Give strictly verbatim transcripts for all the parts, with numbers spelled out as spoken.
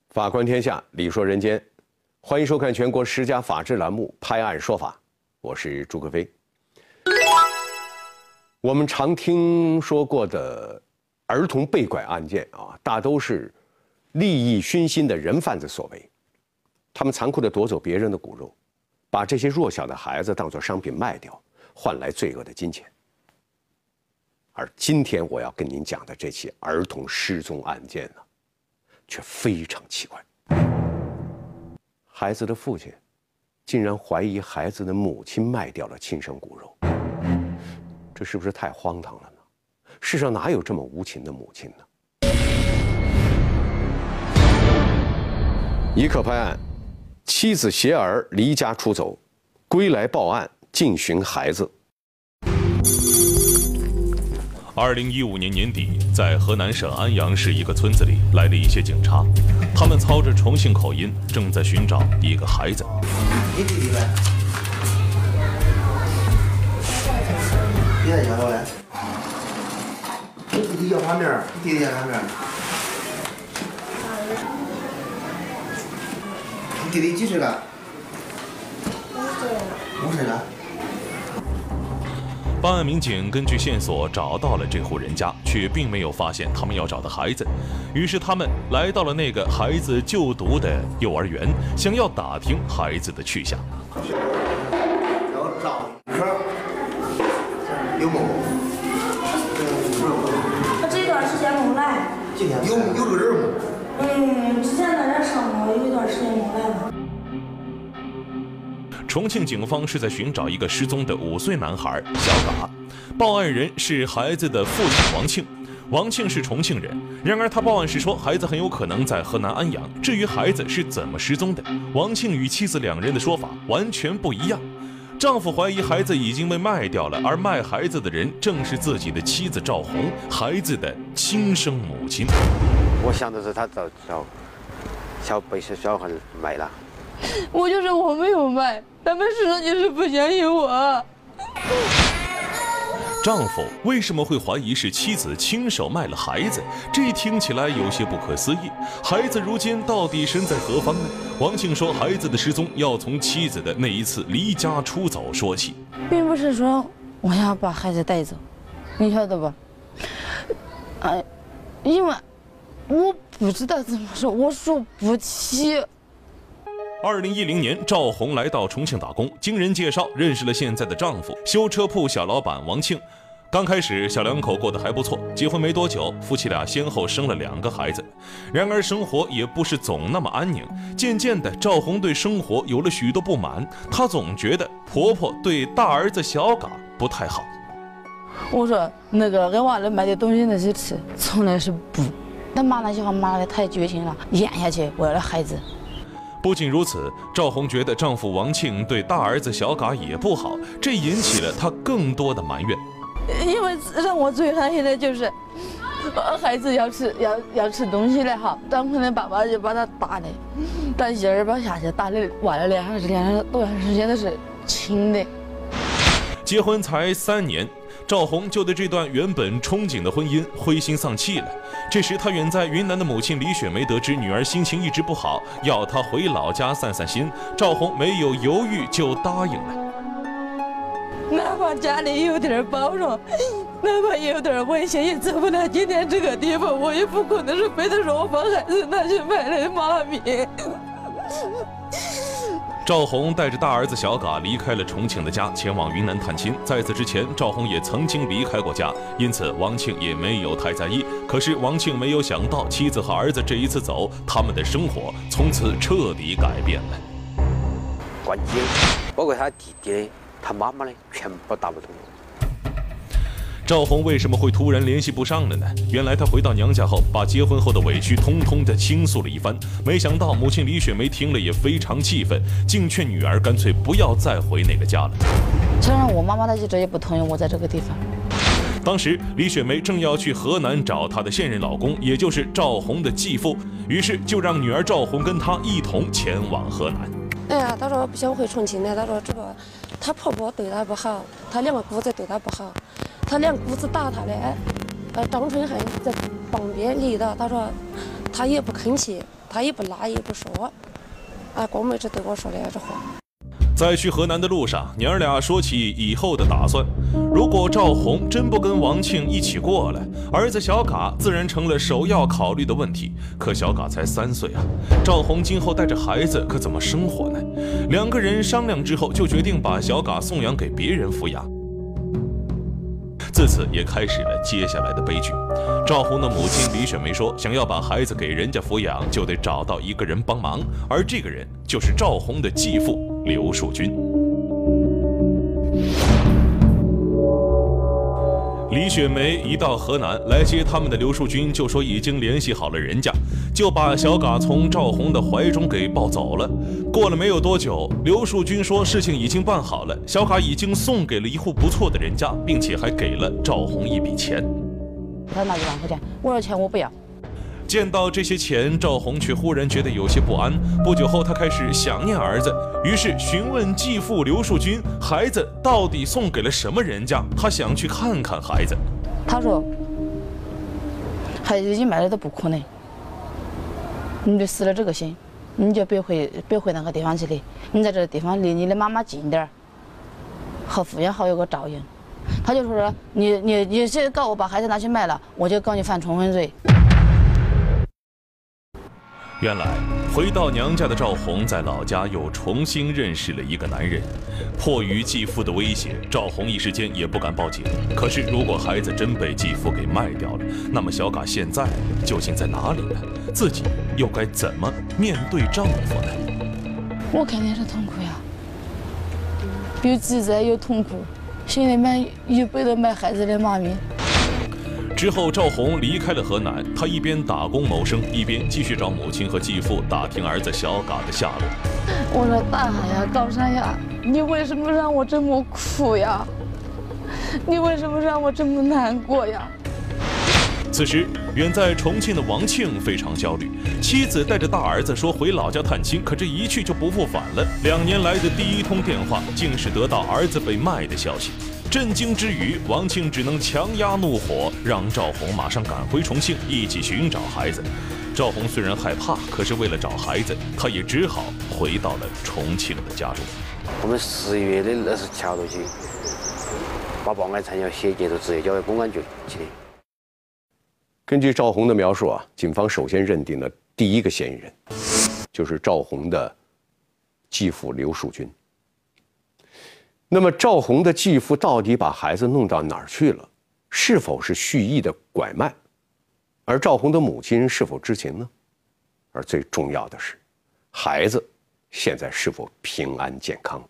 法观天下，理说人间，欢迎收看全国十佳法制栏目《拍案说法》，我是朱克飞。我们常听说过的儿童被拐案件啊，大都是利益熏心的人贩子所为，他们残酷地夺走别人的骨肉，把这些弱小的孩子当作商品卖掉，换来罪恶的金钱。而今天我要跟您讲的这起儿童失踪案件呢，却非常奇怪。孩子的父亲竟然怀疑孩子的母亲卖掉了亲生骨肉，这是不是太荒唐了呢？世上哪有这么无情的母亲呢？一刻拍案，妻子携儿离家出走，归来报案，尽寻孩子。 二零一五年年底，在河南省安阳市一个村子里来了一些警察，他们操着重庆口音，正在寻找一个孩子。 你弟弟呗？你在家了嘞？你弟弟叫啥名儿？你弟弟叫啥名儿？你弟弟几岁了？五岁了。五岁了。 办案民警根据线索找到了这户人家，却并没有发现他们要找的孩子。于是他们来到了那个孩子就读的幼儿园，想要打听孩子的去向。 然后找科有没？ 他这段时间没来。 今天有有这个人吗？ 嗯，之前在这上过，有一段时间没来了。 重庆警方是在寻找一个失踪的五岁男孩小嘎，报案人是孩子的父亲王庆。王庆是重庆人，然而他报案时说孩子很有可能在河南安阳。至于孩子是怎么失踪的，王庆与妻子两人的说法完全不一样。丈夫怀疑孩子已经被卖掉了，而卖孩子的人正是自己的妻子赵红，孩子的亲生母亲。 我想的是他找小小被小孩卖了。 我就说我没有卖，他们实在就是不相信我。 丈夫为什么会怀疑是妻子亲手卖了孩子？这听起来有些不可思议。孩子如今到底身在何方呢？王庆说，孩子的失踪要从妻子的那一次离家出走说起， 并不是说我要把孩子带走，你晓得吧？哎，因为我不知道怎么说，我说不起。 二零一零年，赵红来到重庆打工，经人介绍认识了现在的丈夫，修车铺小老板王庆。刚开始，小两口过得还不错，结婚没多久，夫妻俩先后生了两个孩子。然而，生活也不是总那么安宁。渐渐的，赵红对生活有了许多不满，她总觉得婆婆对大儿子小嘎不太好。 我说那个给娃儿买的东西那些吃，从来是不。他骂那些话骂得太绝情了，咽下去为了孩子。 不仅如此，赵红觉得丈夫王庆对大儿子小嘎也不好，这引起了她更多的埋怨。 因为让我最害怕的就是，孩子要吃要要吃东西了哈，当可能爸爸就把他打的，但一耳巴下去打的娃的脸上是脸上多长时间都是青的。 结婚才三年，赵红就对这段原本憧憬的婚姻灰心丧气了。这时，她远在云南的母亲李雪梅得知女儿心情一直不好，要她回老家散散心。赵红没有犹豫就答应了。 哪怕家里有点包容，哪怕有点危险，也走不到今天这个地步。我也不可能是非得说我把孩子拿去卖了妈咪。 赵红带着大儿子小嘎离开了重庆的家，前往云南探亲。在此之前，赵红也曾经离开过家，因此王庆也没有太在意。可是王庆没有想到，妻子和儿子这一次走，他们的生活从此彻底改变了。 关键包括他弟弟、他妈妈的，全部打不通。 赵红为什么会突然联系不上了呢？原来她回到娘家后，把结婚后的委屈通通的倾诉了一番。没想到母亲李雪梅听了也非常气愤，竟劝女儿干脆不要再回那个家了。 虽然我妈妈她一直也不同意我在这个地方。 当时李雪梅正要去河南找她的现任老公，也就是赵红的继父，于是就让女儿赵红跟她一同前往河南。 哎呀，她说不想回重庆了，她说这个她婆婆对她不好，她两个姑子对她不好。他两姑子打他的，呃，张春还在旁边立着，他说他也不吭气， 他也不拉也不说，啊，光没这对我说的这话。 在去河南的路上，娘儿俩说起以后的打算。如果赵红真不跟王庆一起过来，儿子小嘎自然成了首要考虑的问题。可小嘎才三岁啊，赵红今后带着孩子可怎么生活呢？两个人商量之后，就决定把小嘎送养给别人抚养。自此也开始了接下来的悲剧。赵红的母亲李雪梅说，想要把孩子给人家抚养，就得找到一个人帮忙，而这个人就是赵红的继父刘树军。李雪梅一到河南来接他们的刘树军就说已经联系好了人家，就把小嘎从赵红的怀中给抱走了。过了没有多久，刘树军说事情已经办好了，小嘎已经送给了一户不错的人家，并且还给了赵红一笔钱。 他拿一万块钱，我说钱我不要。 见到这些钱，赵红却忽然觉得有些不安。不久后，他开始想念儿子，于是询问继父刘树军，孩子到底送给了什么人家？他想去看看孩子。 他说，孩子已经卖了都不可能，你就死了这个心，你就别回别回那个地方去了，你在这个地方离你的妈妈近点儿，好抚养好有个照应。他就说你你你这告我把孩子拿去卖了，我就告你犯重婚罪。 原来回到娘家的赵红在老家又重新认识了一个男人，迫于继父的威胁，赵红一时间也不敢报警。可是如果孩子真被继父给卖掉了，那么小嘎现在究竟在哪里呢？自己又该怎么面对丈夫呢？ 我肯定是痛苦呀，又自责又痛苦，心里面又背着卖孩子的骂名。 之后，赵红离开了河南，她一边打工谋生，一边继续找母亲和继父打听儿子小嘎的下落。 我说大海呀，高山呀，你为什么让我这么苦呀？你为什么让我这么难过呀？ 此时，远在重庆的王庆非常焦虑，妻子带着大儿子说回老家探亲，可这一去就不复返了。两年来的第一通电话，竟是得到儿子被卖的消息。震惊之余，王庆只能强压怒火，让赵红马上赶回重庆，一起寻找孩子。赵红虽然害怕，可是为了找孩子，她也只好回到了重庆的家中。 我们十月的那是桥头去，把报案材料写截图直接交给公安局去的。 根据赵红的描述啊，警方首先认定了第一个嫌疑人，就是赵红的继父刘树军。那么赵红的继父到底把孩子弄到哪儿去了？是否是蓄意的拐卖？而赵红的母亲是否知情呢？而最重要的是，孩子现在是否平安健康？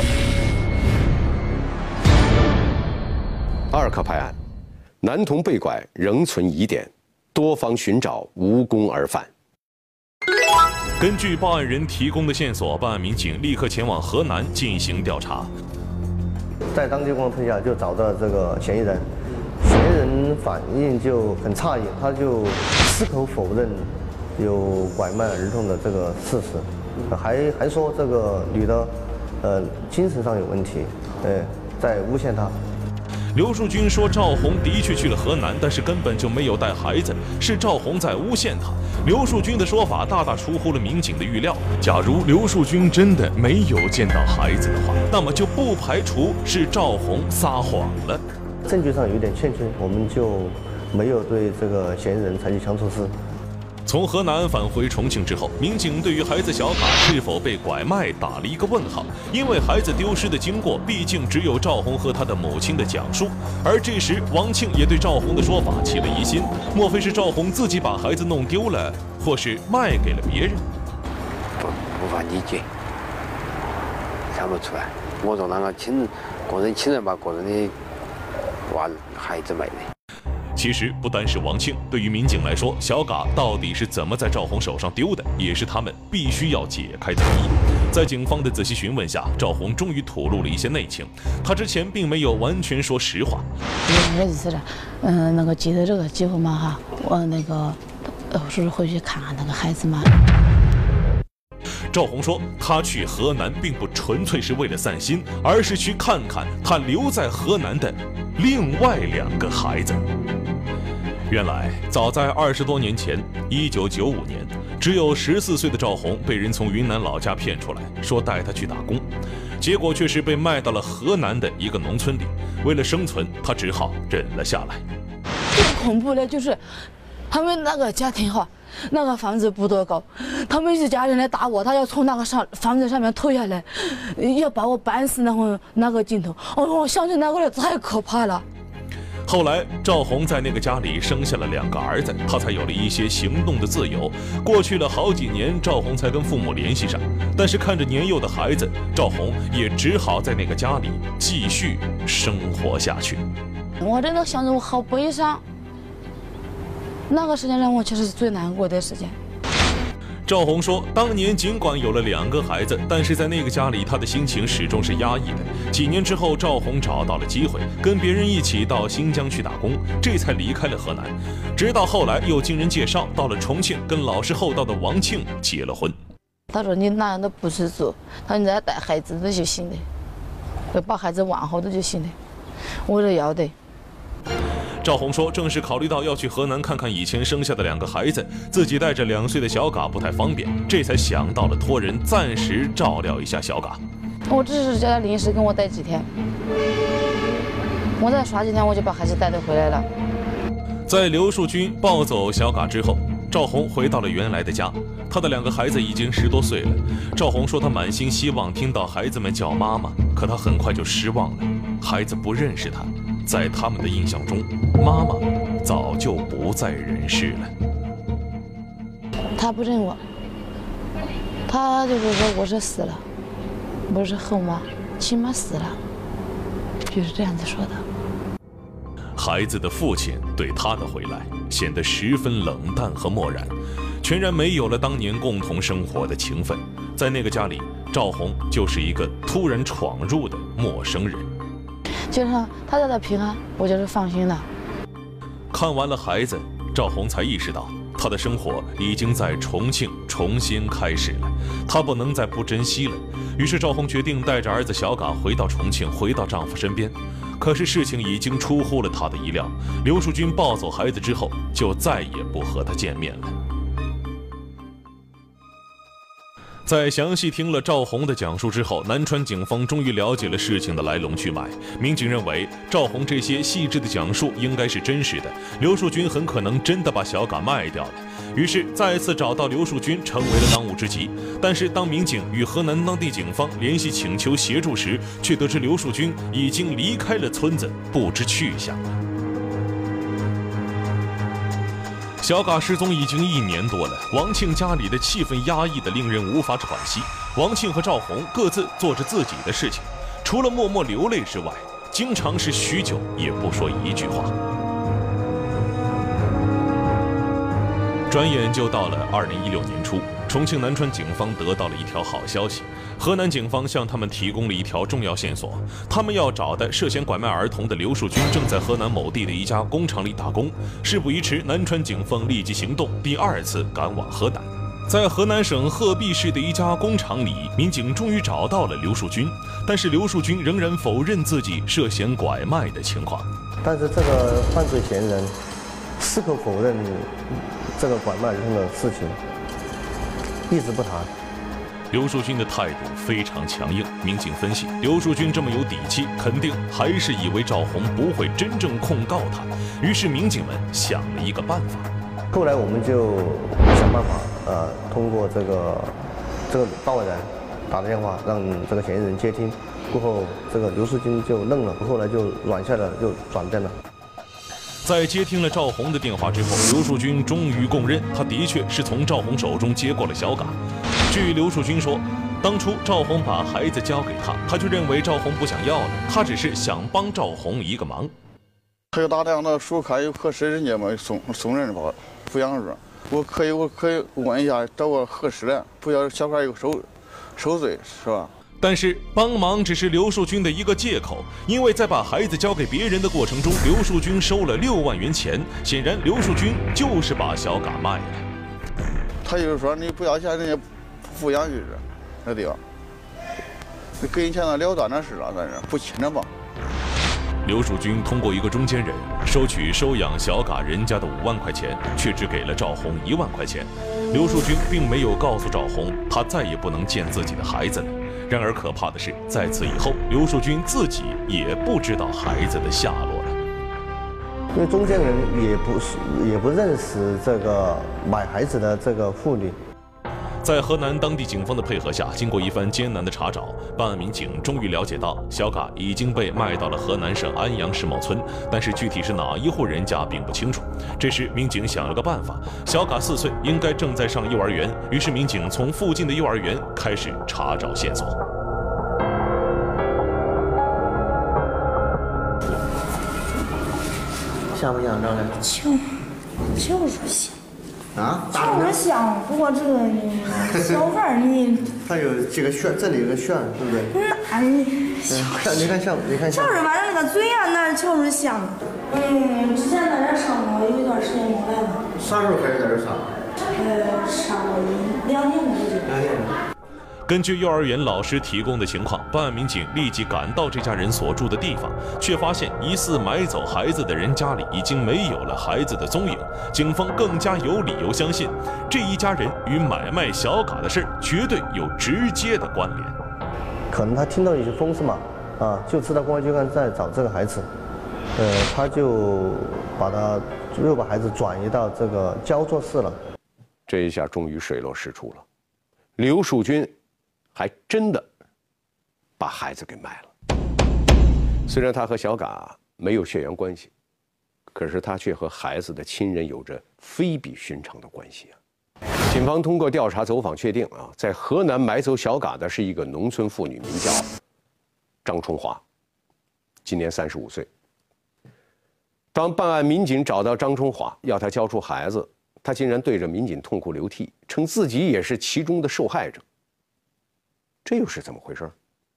二克派案，男童被拐仍存疑点，多方寻找无功而返。 根据报案人提供的线索，办案民警立刻前往河南进行调查。 在当街光推下，就找到这个嫌疑人，嫌疑人反应就很诧异，他就矢口否认有拐卖儿童的这个事实，还还说这个女的，呃，精神上有问题，呃，在诬陷他。 刘树军说，赵红的确去了河南，但是根本就没有带孩子，是赵红在诬陷他。刘树军的说法大大出乎了民警的预料。假如刘树军真的没有见到孩子的话，那么就不排除是赵红撒谎了。 证据上有点欠缺，我们就没有对这个嫌疑人采取强措施。 从河南返回重庆之后，民警对于孩子小嘎是否被拐卖打了一个问号，因为孩子丢失的经过毕竟只有赵红和他的母亲的讲述。而这时，王庆也对赵红的说法起了疑心，莫非是赵红自己把孩子弄丢了，或是卖给了别人？ 不无法理解，想不出来。我从那个亲个人亲人把个人的娃孩子卖的。 其实不单是王庆，对于民警来说，小嘎到底是怎么在赵红手上丢的，也是他们必须要解开的谜。在警方的仔细询问下，赵红终于吐露了一些内情。他之前并没有完全说实话。 我儿子是的，嗯，那个记得这个继父嘛哈，我那个，呃，说是回去看看那个孩子嘛。 赵红说，他去河南并不纯粹是为了散心，而是去看看他留在河南的另外两个孩子。原来，早在二十多年前，一九九五年， 只有十四岁的赵红被人从云南老家骗出来，说带她去打工，结果却是被卖到了河南的一个农村里。为了生存，她只好忍了下来。 最恐怖的就是，他们那个家庭哈，那个房子不多高，他们一家人来打我，他要从那个上房子上面推下来，要把我扳死那个那个镜头。哦，我想起那个太可怕了。 后来，赵红在那个家里生下了两个儿子，她才有了一些行动的自由。过去了好几年，赵红才跟父母联系上。但是看着年幼的孩子，赵红也只好在那个家里继续生活下去。 我真的想着我好悲伤，那个时间让我其实是最难过的时间。 赵红说，当年尽管有了两个孩子，但是在那个家里，她的心情始终是压抑的。几年之后，赵红找到了机会，跟别人一起到新疆去打工，这才离开了河南。直到后来，又经人介绍到了重庆，跟老实厚道的王庆结了婚。 他说：“你哪样都不去做，他说你在带孩子的就行了，要把孩子往后的就行了。”我说要得。 赵红说，正是考虑到要去河南看看以前生下的两个孩子，自己带着两岁的小嘎不太方便，这才想到了托人暂时照料一下小嘎。 我只是叫他临时跟我待几天，我再耍几天，我就把孩子带得回来了。 在刘树军抱走小嘎之后，赵红回到了原来的家，她的两个孩子已经十多岁了。赵红说，她满心希望听到孩子们叫妈妈，可她很快就失望了，孩子不认识她。在他们的印象中，妈妈早就不在人世了。 他不认我，他就是说我是死了，我是后妈，亲妈死了，就是这样子说的。 孩子的父亲对他的回来显得十分冷淡和漠然，全然没有了当年共同生活的情分。在那个家里，赵红就是一个突然闯入的陌生人。 就是他在这平安，我就是放心了。 看完了孩子，赵红才意识到，她的生活已经在重庆重新开始了，她不能再不珍惜了。于是赵红决定带着儿子小嘎回到重庆，回到丈夫身边。可是事情已经出乎了她的意料，刘树军抱走孩子之后，就再也不和她见面了。在详细听了赵红的讲述之后，南川警方终于了解了事情的来龙去脉。民警认为，赵红这些细致的讲述应该是真实的，刘树军很可能真的把小嘎卖掉了。于是再次找到刘树军，成为了当务之急。但是当民警与河南当地警方联系请求协助时，却得知刘树军已经离开了村子，不知去向了。小嘎失踪已经一年多了，王庆家里的气氛压抑得令人无法喘息。王庆和赵红各自做着自己的事情，除了默默流泪之外，经常是许久也不说一句话。转眼就到了二零一六年初，重庆南川警方得到了一条好消息，河南警方向他们提供了一条重要线索，他们要找的涉嫌拐卖儿童的刘树军正在河南某地的一家工厂里打工。事不宜迟，南川警方立即行动，第二次赶往河南。在河南省鹤壁市的一家工厂里，民警终于找到了刘树军，但是刘树军仍然否认自己涉嫌拐卖的情况。 但是这个犯罪嫌疑人矢口否认这个拐卖儿童的事情，一直不谈。 刘树军的态度非常强硬，民警分析，刘树军这么有底气，肯定还是以为赵红不会真正控告他。于是民警们想了一个办法。 后来我们就想办法，呃，通过这个这个报案人打电话让这个嫌疑人接听，过后这个刘树军就愣了，后来就软下来，就转正了。 在接听了赵红的电话之后，刘树军终于供认，他的确是从赵红手中接过了小嘎。据刘树军说，当初赵红把孩子交给他，他就认为赵红不想要了，他只是想帮赵红一个忙。 他就打电话到书看有合适人家嘛，送送人吧，抚养日。我可以，我可以问一下，找个合适的，不要小孩有受受罪，是吧？ 但是帮忙只是刘树军的一个借口，因为在把孩子交给别人的过程中，刘树军收了六万元钱，显然刘树军就是把小嘎卖了。 他就是说你不要钱，人家抚养日那地方，你给你钱了了断的事了，咱是不亲了吧？ 刘树军通过一个中间人收取收养小嘎人家的五万块钱，却只给了赵红一万块钱。 刘树军并没有告诉赵红，他再也不能见自己的孩子了。然而可怕的是，在此以后，刘树军自己也不知道孩子的下落了。 因为中间人也不是也不认识这个买孩子的这个妇女。 在河南当地警方的配合下，经过一番艰难的查找，办案民警终于了解到小嘎已经被卖到了河南省安阳市某村，但是具体是哪一户人家并不清楚。这时，民警想了个办法，小嘎四岁，应该正在上幼儿园，于是民警从附近的幼儿园开始查找线索。 像不像张磊？ 像，就是像。 啊， 就是像，不过这个小孩儿你， 它有几个旋，这里有个旋，对不对？ 那你， 像你看像，你看像。 就是反正那个嘴啊，那就是像。嗯，之前在这上过，有一段时间没来了。 啥时候开始在这上？ 呃，上过一两年了已经。 两年了。 根据幼儿园老师提供的情况，办案民警立即赶到这家人所住的地方，却发现疑似买走孩子的人家里已经没有了孩子的踪影。警方更加有理由相信，这一家人与买卖小嘎的事绝对有直接的关联。 可能他听到一些风声嘛，啊，就知道公安机关在找这个孩子，呃，他就把他又把孩子转移到这个焦作市了。 这一下终于水落石出了，刘树军还真的把孩子给卖了。虽然他和小嘎没有血缘关系，可是他却和孩子的亲人有着非比寻常的关系啊！警方通过调查走访确定啊，在河南买走小嘎的是一个农村妇女，名叫张春华，今年三十五岁。当办案民警找到张春华，要他交出孩子，他竟然对着民警痛哭流涕，称自己也是其中的受害者。这又是怎么回事？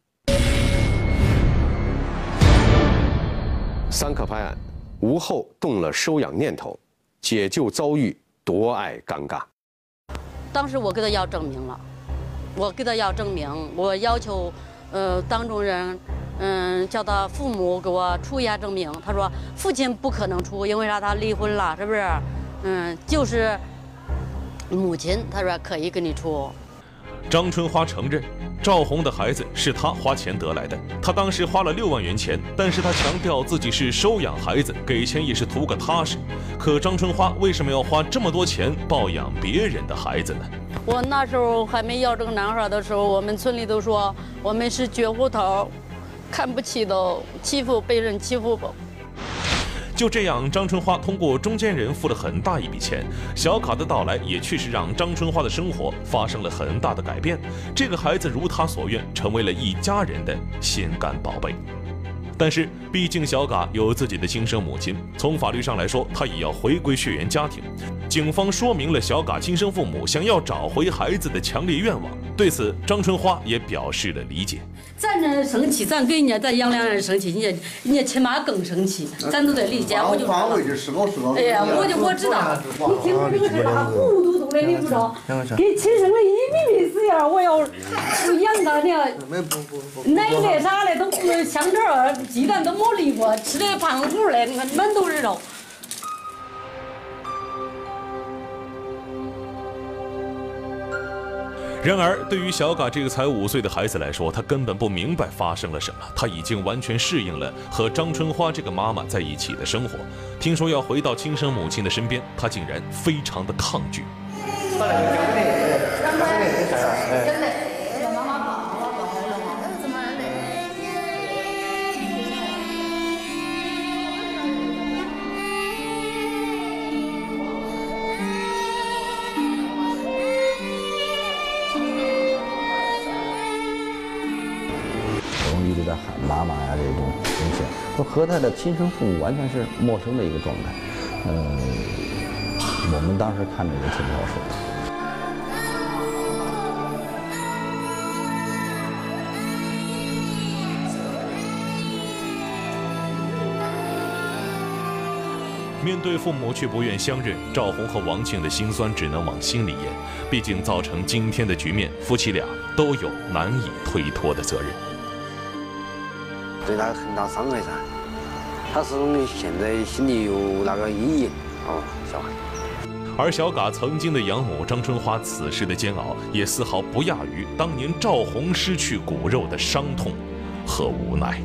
三克拍案，吴后动了收养念头，解救遭遇夺爱尴尬。 当时我给他要证明了，我给他要证明，我要求，呃，当中人，嗯，叫他父母给我出一下证明。他说父亲不可能出，因为啥？他离婚了，是不是？嗯，就是母亲，他说可以给你出。 张春花承认，赵红的孩子是他花钱得来的，他当时花了六万元钱，但是他强调自己是收养孩子，给钱也是图个踏实。可张春花为什么要花这么多钱抱养别人的孩子呢？ 我那时候还没要这个男孩的时候，我们村里都说我们是绝户头，看不起的，欺负被人欺负吧。 就这样，张春花通过中间人付了很大一笔钱，小嘎的到来也确实让张春花的生活发生了很大的改变。这个孩子如她所愿，成为了一家人的心肝宝贝。但是，毕竟小嘎有自己的亲生母亲，从法律上来说，他也要回归血缘家庭。警方说明了小嘎亲生父母想要找回孩子的强烈愿望，对此，张春花也表示了理解。 咱这生气，咱给人家咱养两人生气，人家人家亲妈更生气，咱都得理解。我就说，哎呀，我就我知道，你听我这个事儿，糊涂涂的，你不知道，给亲生的一米米死样，我要不养他呢，奶奶啥的都不香肠、鸡蛋都没离过，吃的胖乎的，你看满都是肉。 然而，对于小嘎这个才五岁的孩子来说，他根本不明白发生了什么。他已经完全适应了和张春花这个妈妈在一起的生活。听说要回到亲生母亲的身边，他竟然非常的抗拒。 在喊妈妈呀，这种东西，都和他的亲生父母完全是陌生的一个状态。呃，我们当时看着也挺不好受的。 面对父母却不愿相认，赵红和王庆的心酸只能往心里咽。毕竟造成今天的局面，夫妻俩都有难以推脱的责任。 对他很大伤害噻，他始终现在心里有那个阴影哦，小孩。 而小嘎曾经的养母张春花此时的煎熬，也丝毫不亚于当年赵红失去骨肉的伤痛和无奈。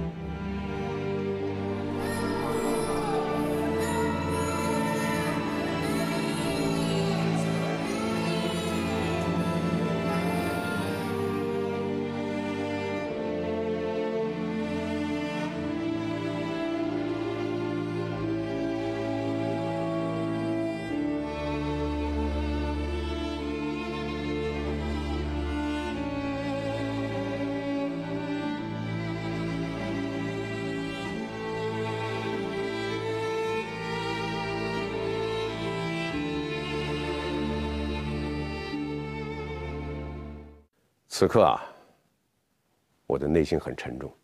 此刻啊，我的内心很沉重。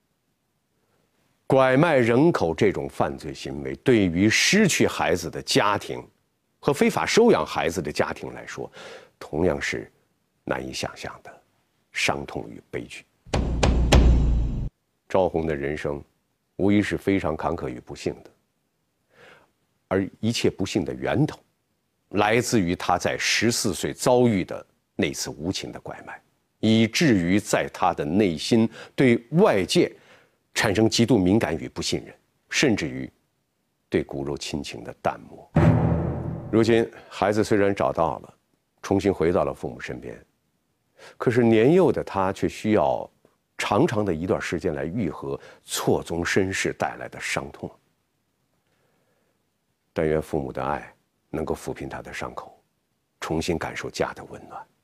拐卖人口这种犯罪行为，对于失去孩子的家庭和非法收养孩子的家庭来说，同样是难以想象的伤痛与悲剧。赵红的人生，无疑是非常坎坷与不幸的，而一切不幸的源头，来自于他在十四岁遭遇的那次无情的拐卖。以至于在他的内心对外界产生极度敏感与不信任，甚至于对骨肉亲情的淡漠。如今孩子虽然找到了，重新回到了父母身边，可是年幼的他却需要长长的一段时间来愈合错综身世带来的伤痛。但愿父母的爱能够抚平他的伤口，重新感受家的温暖。